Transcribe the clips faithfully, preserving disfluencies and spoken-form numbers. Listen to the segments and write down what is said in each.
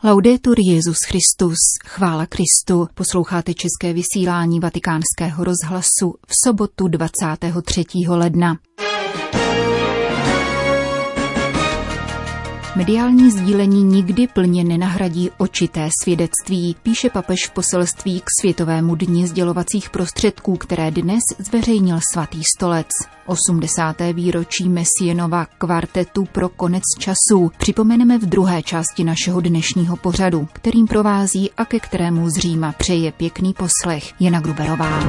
Laudetur Jesus Christus, chvála Kristu, posloucháte české vysílání Vatikánského rozhlasu v sobotu dvacátého třetího ledna. Mediální sdílení nikdy plně nenahradí očité svědectví, píše papež v poselství k Světovému dni sdělovacích prostředků, které dnes zveřejnil Svatý stolec. osmdesáté výročí Messienova kvartetu pro konec časů připomeneme v druhé části našeho dnešního pořadu, kterým provází a ke kterému z Říma přeje pěkný poslech Jana Gruberová.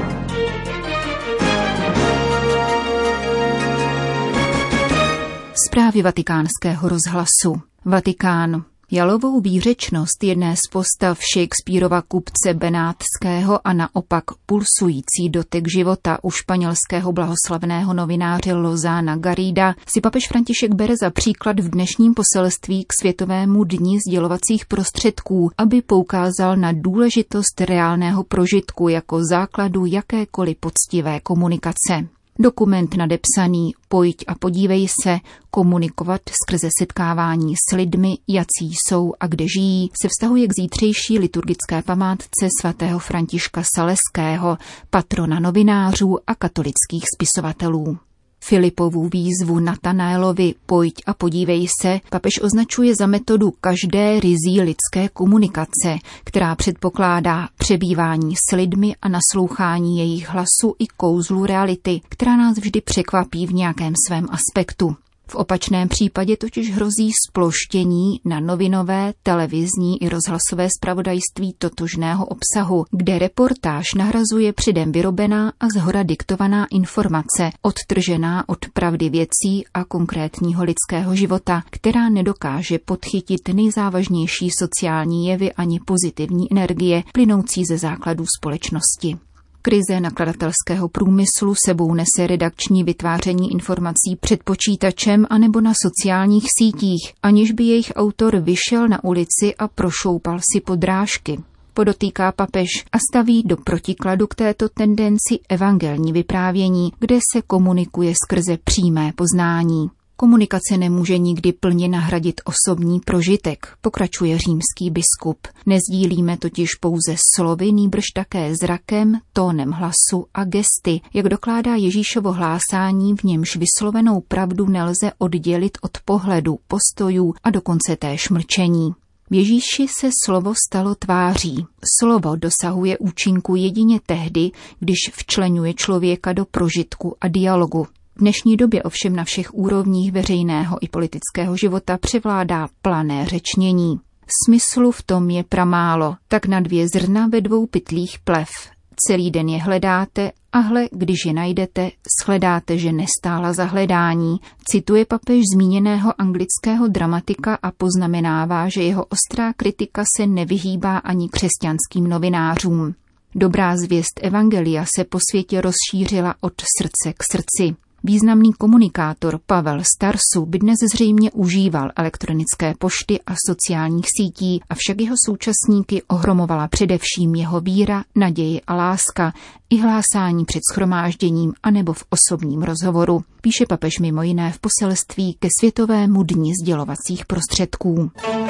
Zprávy Vatikánského rozhlasu. Vatikán. Jalovou výřečnost jedné z postav Shakespearova kupce benátského a naopak pulsující dotek života u španělského blahoslavného novináře Lozana Garrida si papež František bere za příklad v dnešním poselství k Světovému dni sdělovacích prostředků, aby poukázal na důležitost reálného prožitku jako základu jakékoliv poctivé komunikace. Dokument nadepsaný Pojď a podívej se, komunikovat skrze setkávání s lidmi, jací jsou a kde žijí, se vztahuje k zítřejší liturgické památce svatého Františka Saleského, patrona novinářů a katolických spisovatelů. Filipovu výzvu Natanaelovi Pojď a podívej se papež označuje za metodu každé ryzí lidské komunikace, která předpokládá přebývání s lidmi a naslouchání jejich hlasu i kouzlu reality, která nás vždy překvapí v nějakém svém aspektu. V opačném případě totiž hrozí sploštění na novinové, televizní i rozhlasové zpravodajství totožného obsahu, kde reportáž nahrazuje předem vyrobená a zhora diktovaná informace, odtržená od pravdy věcí a konkrétního lidského života, která nedokáže podchytit nejzávažnější sociální jevy ani pozitivní energie plynoucí ze základů společnosti. Krize nakladatelského průmyslu sebou nese redakční vytváření informací před počítačem anebo na sociálních sítích, aniž by jejich autor vyšel na ulici a prošoupal si podrážky. Podotýká papež a staví do protikladu k této tendenci evangelní vyprávění, kde se komunikuje skrze přímé poznání. Komunikace nemůže nikdy plně nahradit osobní prožitek, pokračuje římský biskup. Nezdílíme totiž pouze slovy, nýbrž také zrakem, tónem hlasu a gesty, jak dokládá Ježíšovo hlásání, v němž vyslovenou pravdu nelze oddělit od pohledu, postojů a dokonce též mlčení. V Ježíši se slovo stalo tváří. Slovo dosahuje účinku jedině tehdy, když včleňuje člověka do prožitku a dialogu. V dnešní době ovšem na všech úrovních veřejného i politického života převládá plané řečnění. Smyslu v tom je pramálo, tak na dvě zrna ve dvou pytlích plev. Celý den je hledáte a hle, když je najdete, shledáte, že nestála za hledání, cituje papež zmíněného anglického dramatika a poznamenává, že jeho ostrá kritika se nevyhýbá ani křesťanským novinářům. Dobrá zvěst evangelia se po světě rozšířila od srdce k srdci. Významný komunikátor Pavel Starsu by dnes zřejmě užíval elektronické pošty a sociálních sítí, avšak jeho současníky ohromovala především jeho víra, naděje a láska, i hlásání před shromážděním anebo v osobním rozhovoru, píše papež mimo jiné v poselství ke Světovému dni sdělovacích prostředků.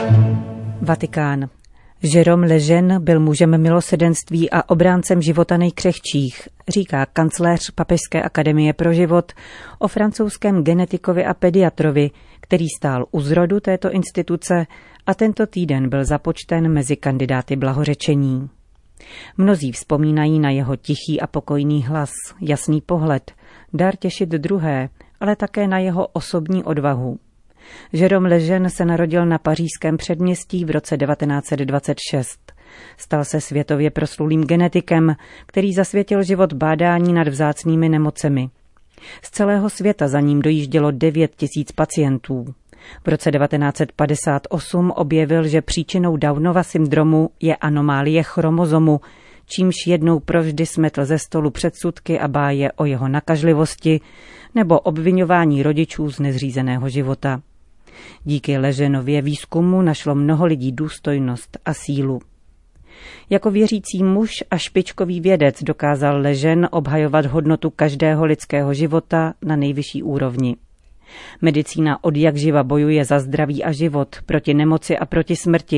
Vatikán. Jérôme Lejeune byl mužem milosrdenství a obráncem života nejkřehčích, říká kancléř Papežské akademie pro život o francouzském genetikovi a pediatrovi, který stál u zrodu této instituce a tento týden byl započten mezi kandidáty blahořečení. Mnozí vzpomínají na jeho tichý a pokojný hlas, jasný pohled, dar těšit druhé, ale také na jeho osobní odvahu. Jérôme Lejeune se narodil na pařížském předměstí v roce devatenáct set dvacet šest. Stal se světově proslulým genetikem, který zasvětil život bádání nad vzácnými nemocemi. Z celého světa za ním dojíždělo devět tisíc pacientů. V roce devatenáct set padesát osm objevil, že příčinou Downova syndromu je anomálie chromozomu, čímž jednou provždy smetl ze stolu předsudky a báje o jeho nakažlivosti nebo obviňování rodičů z nezřízeného života. Díky Lejeunově výzkumu našlo mnoho lidí důstojnost a sílu. Jako věřící muž a špičkový vědec dokázal Lejeune obhajovat hodnotu každého lidského života na nejvyšší úrovni. Medicína odjakživa bojuje za zdraví a život, proti nemoci a proti smrti,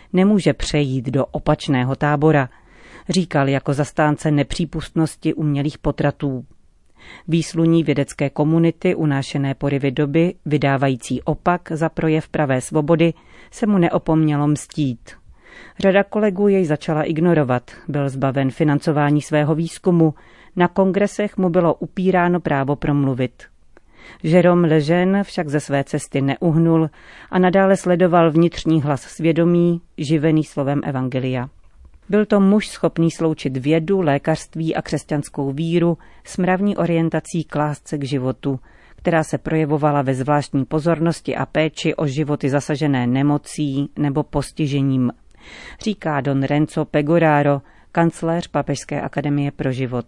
nemůže přejít do opačného tábora, říkal jako zastánce nepřípustnosti umělých potratů. Výsluní vědecké komunity unášené porivy doby, vydávající opak za projev pravé svobody, se mu neopomnělo mstít. Řada kolegů jej začala ignorovat, byl zbaven financování svého výzkumu, na kongresech mu bylo upíráno právo promluvit. Jérôme Lejeune však ze své cesty neuhnul a nadále sledoval vnitřní hlas svědomí, živený slovem evangelia. Byl to muž schopný sloučit vědu, lékařství a křesťanskou víru s mravní orientací k lásce k životu, která se projevovala ve zvláštní pozornosti a péči o životy zasažené nemocí nebo postižením, říká don Renzo Pegoraro, kancléř Papežské akademie pro život.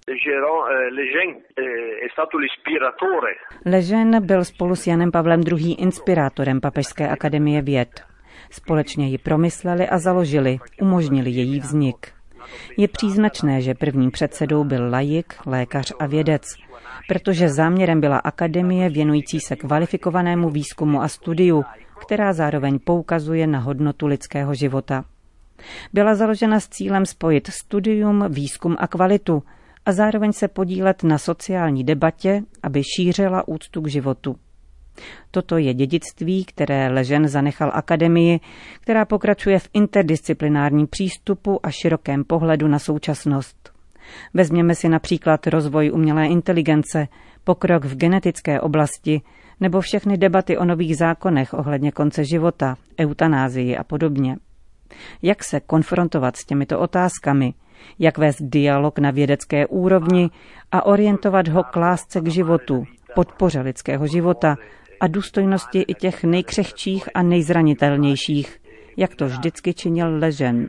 Lejeune byl spolu s Janem Pavlem druhým. inspirátorem Papežské akademie věd. Společně ji promysleli a založili, umožnili její vznik. Je příznačné, že prvním předsedou byl laik, lékař a vědec, protože záměrem byla akademie věnující se kvalifikovanému výzkumu a studiu, která zároveň poukazuje na hodnotu lidského života. Byla založena s cílem spojit studium, výzkum a kvalitu a zároveň se podílet na sociální debatě, aby šířila úctu k životu. Toto je dědictví, které Lejeune zanechal akademii, která pokračuje v interdisciplinárním přístupu a širokém pohledu na současnost. Vezměme si například rozvoj umělé inteligence, pokrok v genetické oblasti nebo všechny debaty o nových zákonech ohledně konce života, eutanázii a podobně. Jak se konfrontovat s těmito otázkami, jak vést dialog na vědecké úrovni a orientovat ho k lásce k životu, podpoře lidského života a důstojnosti i těch nejkřehčích a nejzranitelnějších, jak to vždycky činil Lejeune.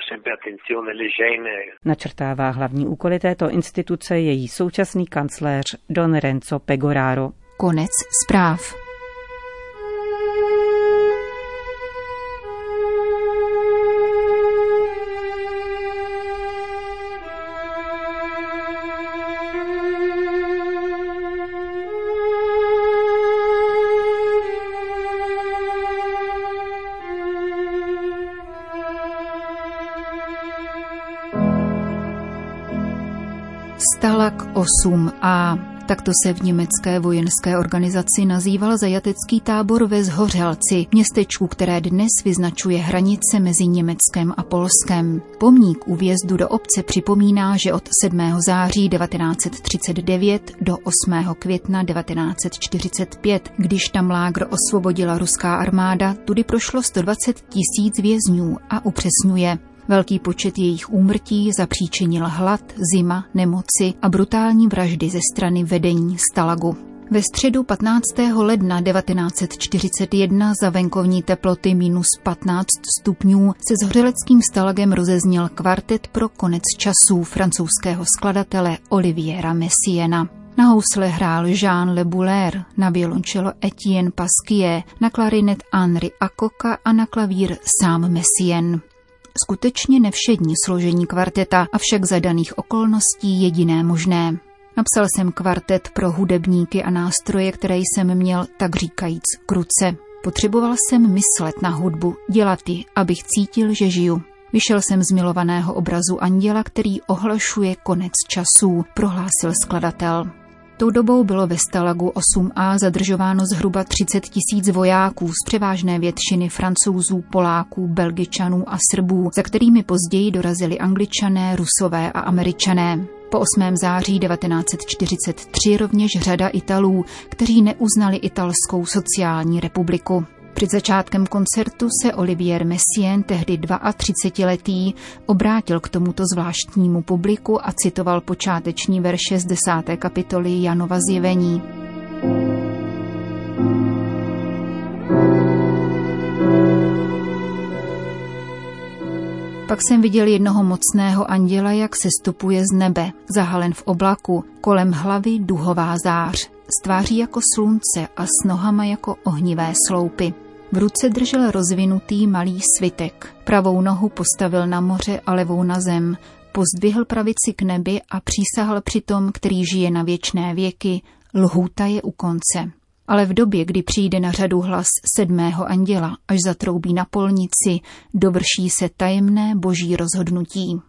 Načrtává hlavní úkoly této instituce její současný kancléř don Renzo Pegoraro. Konec zpráv. Stalag osm a. Takto se v německé vojenské organizaci nazýval zajatecký tábor ve Zhořelci, městečku, které dnes vyznačuje hranice mezi Německem a Polskem. Pomník u vjezdu do obce připomíná, že od sedmého září devatenáct set třicet devět do osmého května devatenáct set čtyřicet pět, když tam lágr osvobodila ruská armáda, tudy prošlo sto dvacet tisíc vězňů a upřesňuje. Velký počet jejich úmrtí zapříčinil hlad, zima, nemoci a brutální vraždy ze strany vedení Stalagu. Ve středu patnáctého ledna devatenáct set čtyřicet jedna za venkovní teploty minus patnáct stupňů se s hořeleckým Stalagem rozezněl kvartet pro konec časů francouzského skladatele Oliviera Messiaena. Na housle hrál Jean Le Boulaire, na violončelo Etienne Pasquier, na klarinet Henri Akoka a na klavír sám Messien. Skutečně nevšední složení kvarteta, avšak za daných okolností jediné možné. Napsal jsem kvartet pro hudebníky a nástroje, které jsem měl, tak říkajíc, k ruce. Potřeboval jsem myslet na hudbu, dělat ji, abych cítil, že žiju. Vyšel jsem z milovaného obrazu anděla, který ohlašuje konec časů, prohlásil skladatel. Tou dobou bylo ve Stalagu osm a zadržováno zhruba třicet tisíc vojáků z převážné většiny Francouzů, Poláků, Belgičanů a Srbů, za kterými později dorazili Angličané, Rusové a Američané. Po osmého září devatenáct set čtyřicet tři rovněž řada Italů, kteří neuznali italskou sociální republiku. Před začátkem koncertu se Olivier Messiaen, tehdy třicetiletý, obrátil k tomuto zvláštnímu publiku a citoval počáteční verše z desáté kapitoly Janova zjevení. Pak jsem viděl jednoho mocného anděla, jak sestupuje z nebe, zahalen v oblaku, kolem hlavy duhová zář, s tváří jako slunce a s nohama jako ohnivé sloupy. V ruce držel rozvinutý malý svitek. Pravou nohu postavil na moře a levou na zem. Pozdvihl pravici k nebi a přísahal přitom, který žije na věčné věky, lhůta je u konce. Ale v době, kdy přijde na řadu hlas sedmého anděla, až zatroubí na polnici, dovrší se tajemné boží rozhodnutí.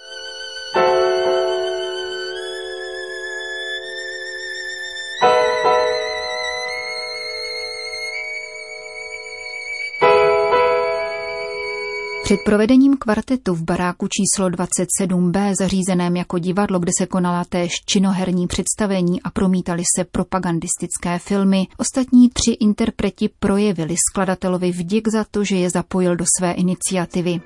Před provedením kvartetu v baráku číslo dvacet sedm bé, zařízeném jako divadlo, kde se konala též činoherní představení a promítaly se propagandistické filmy, ostatní tři interpreti projevili skladatelovi vděk za to, že je zapojil do své iniciativy.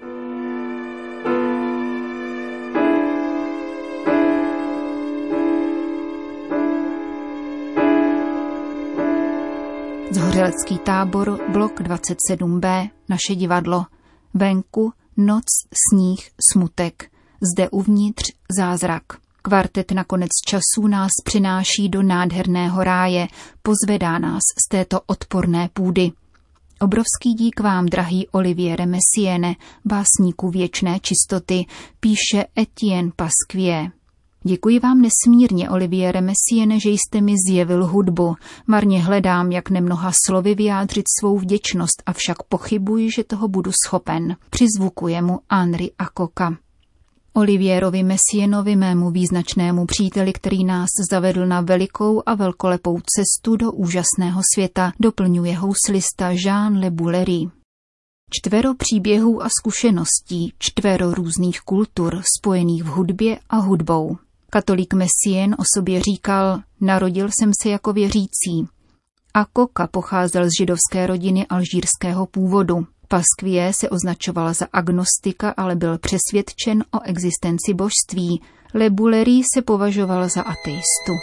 Zhořelecký tábor, blok dvacet sedm bé, naše divadlo. Venku noc, sníh, smutek. Zde uvnitř zázrak. Kvartet na konec časů nás přináší do nádherného ráje, pozvedá nás z této odporné půdy. Obrovský dík vám, drahý Oliviere Messiaene, básníku věčné čistoty, píše Etienne Pasquier. Děkuji vám nesmírně, Oliviere Messiaene, že jste mi zjevil hudbu. Marně hledám, jak nemnoha slovy vyjádřit svou vděčnost, avšak pochybuji, že toho budu schopen. Přizvukuje mu Henri Akoka. Olivierovi Messiaenovi, mému význačnému příteli, který nás zavedl na velikou a velkolepou cestu do úžasného světa, doplňuje houslista Jean Le Boulerie. Čtvero příběhů a zkušeností, čtvero různých kultur, spojených v hudbě a hudbou. Katolík Messiaen o sobě říkal, narodil jsem se jako věřící. Akoka pocházel z židovské rodiny alžírského původu. Pasquier se označoval za agnostika, ale byl přesvědčen o existenci božství. Le Boulerie se považoval za ateistu.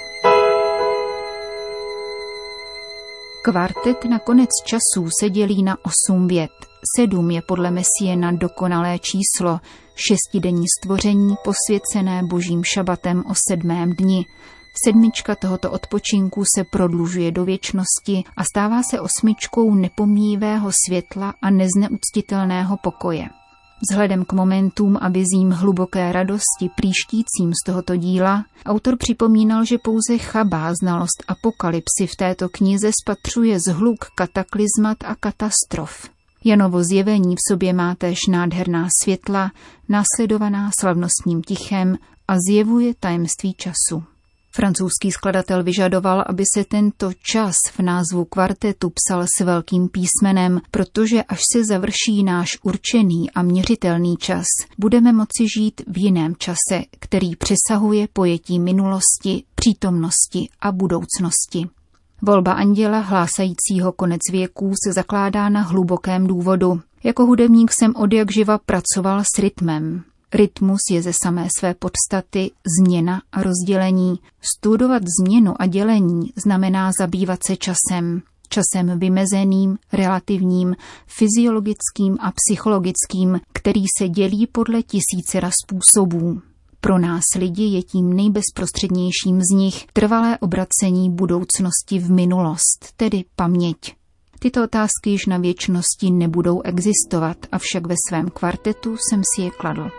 Kvartet na konec časů se dělí na osm vět. Sedm je podle Messiaena dokonalé číslo, šestidenní stvoření posvěcené božím šabatem o sedmém dni. Sedmička tohoto odpočinku se prodlužuje do věčnosti a stává se osmičkou nepomíjivého světla a nezneuctitelného pokoje. Vzhledem k momentům a vizím hluboké radosti příštícím z tohoto díla, autor připomínal, že pouze chabá znalost apokalypsy v této knize spatřuje zhluk kataklizmat a katastrof. Janovo zjevení v sobě má též nádherná světla, následovaná slavnostním tichem a zjevuje tajemství času. Francouzský skladatel vyžadoval, aby se tento čas v názvu kvartetu psal s velkým písmenem, protože až se završí náš určený a měřitelný čas, budeme moci žít v jiném čase, který přesahuje pojetí minulosti, přítomnosti a budoucnosti. Volba anděla hlásajícího konec věků se zakládá na hlubokém důvodu. Jako hudebník jsem odjakživa pracoval s rytmem. Rytmus je ze samé své podstaty změna a rozdělení. Studovat změnu a dělení znamená zabývat se časem. Časem vymezeným, relativním, fyziologickým a psychologickým, který se dělí podle tisícera způsobů. Pro nás lidi je tím nejbezprostřednějším z nich trvalé obracení budoucnosti v minulost, tedy paměť. Tyto otázky již na věčnosti nebudou existovat, avšak ve svém kvartetu jsem si je kladl.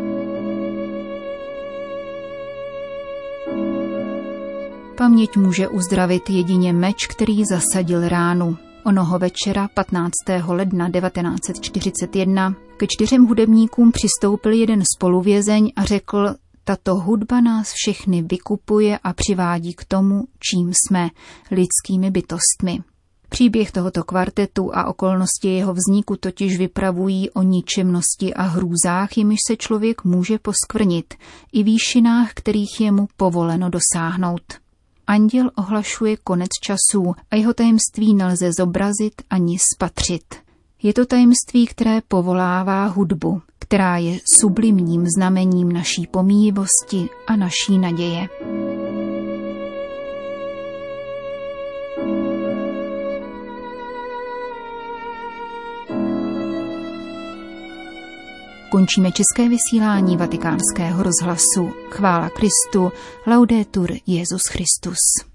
Paměť může uzdravit jedině meč, který zasadil ránu. Onoho večera patnáctého ledna devatenáct set čtyřicet jedna ke čtyřem hudebníkům přistoupil jeden spoluvězeň a řekl: tato hudba nás všechny vykupuje a přivádí k tomu, čím jsme, lidskými bytostmi. Příběh tohoto kvartetu a okolnosti jeho vzniku totiž vypravují o ničemnosti a hrůzách, jimiž se člověk může poskvrnit, i výšinách, kterých je mu povoleno dosáhnout. Anděl ohlašuje konec časů a jeho tajemství nelze zobrazit ani spatřit. Je to tajemství, které povolává hudbu, která je sublimním znamením naší pomíjivosti a naší naděje. Končíme české vysílání Vatikánského rozhlasu. Chvála Kristu, laudetur Jesus Christus.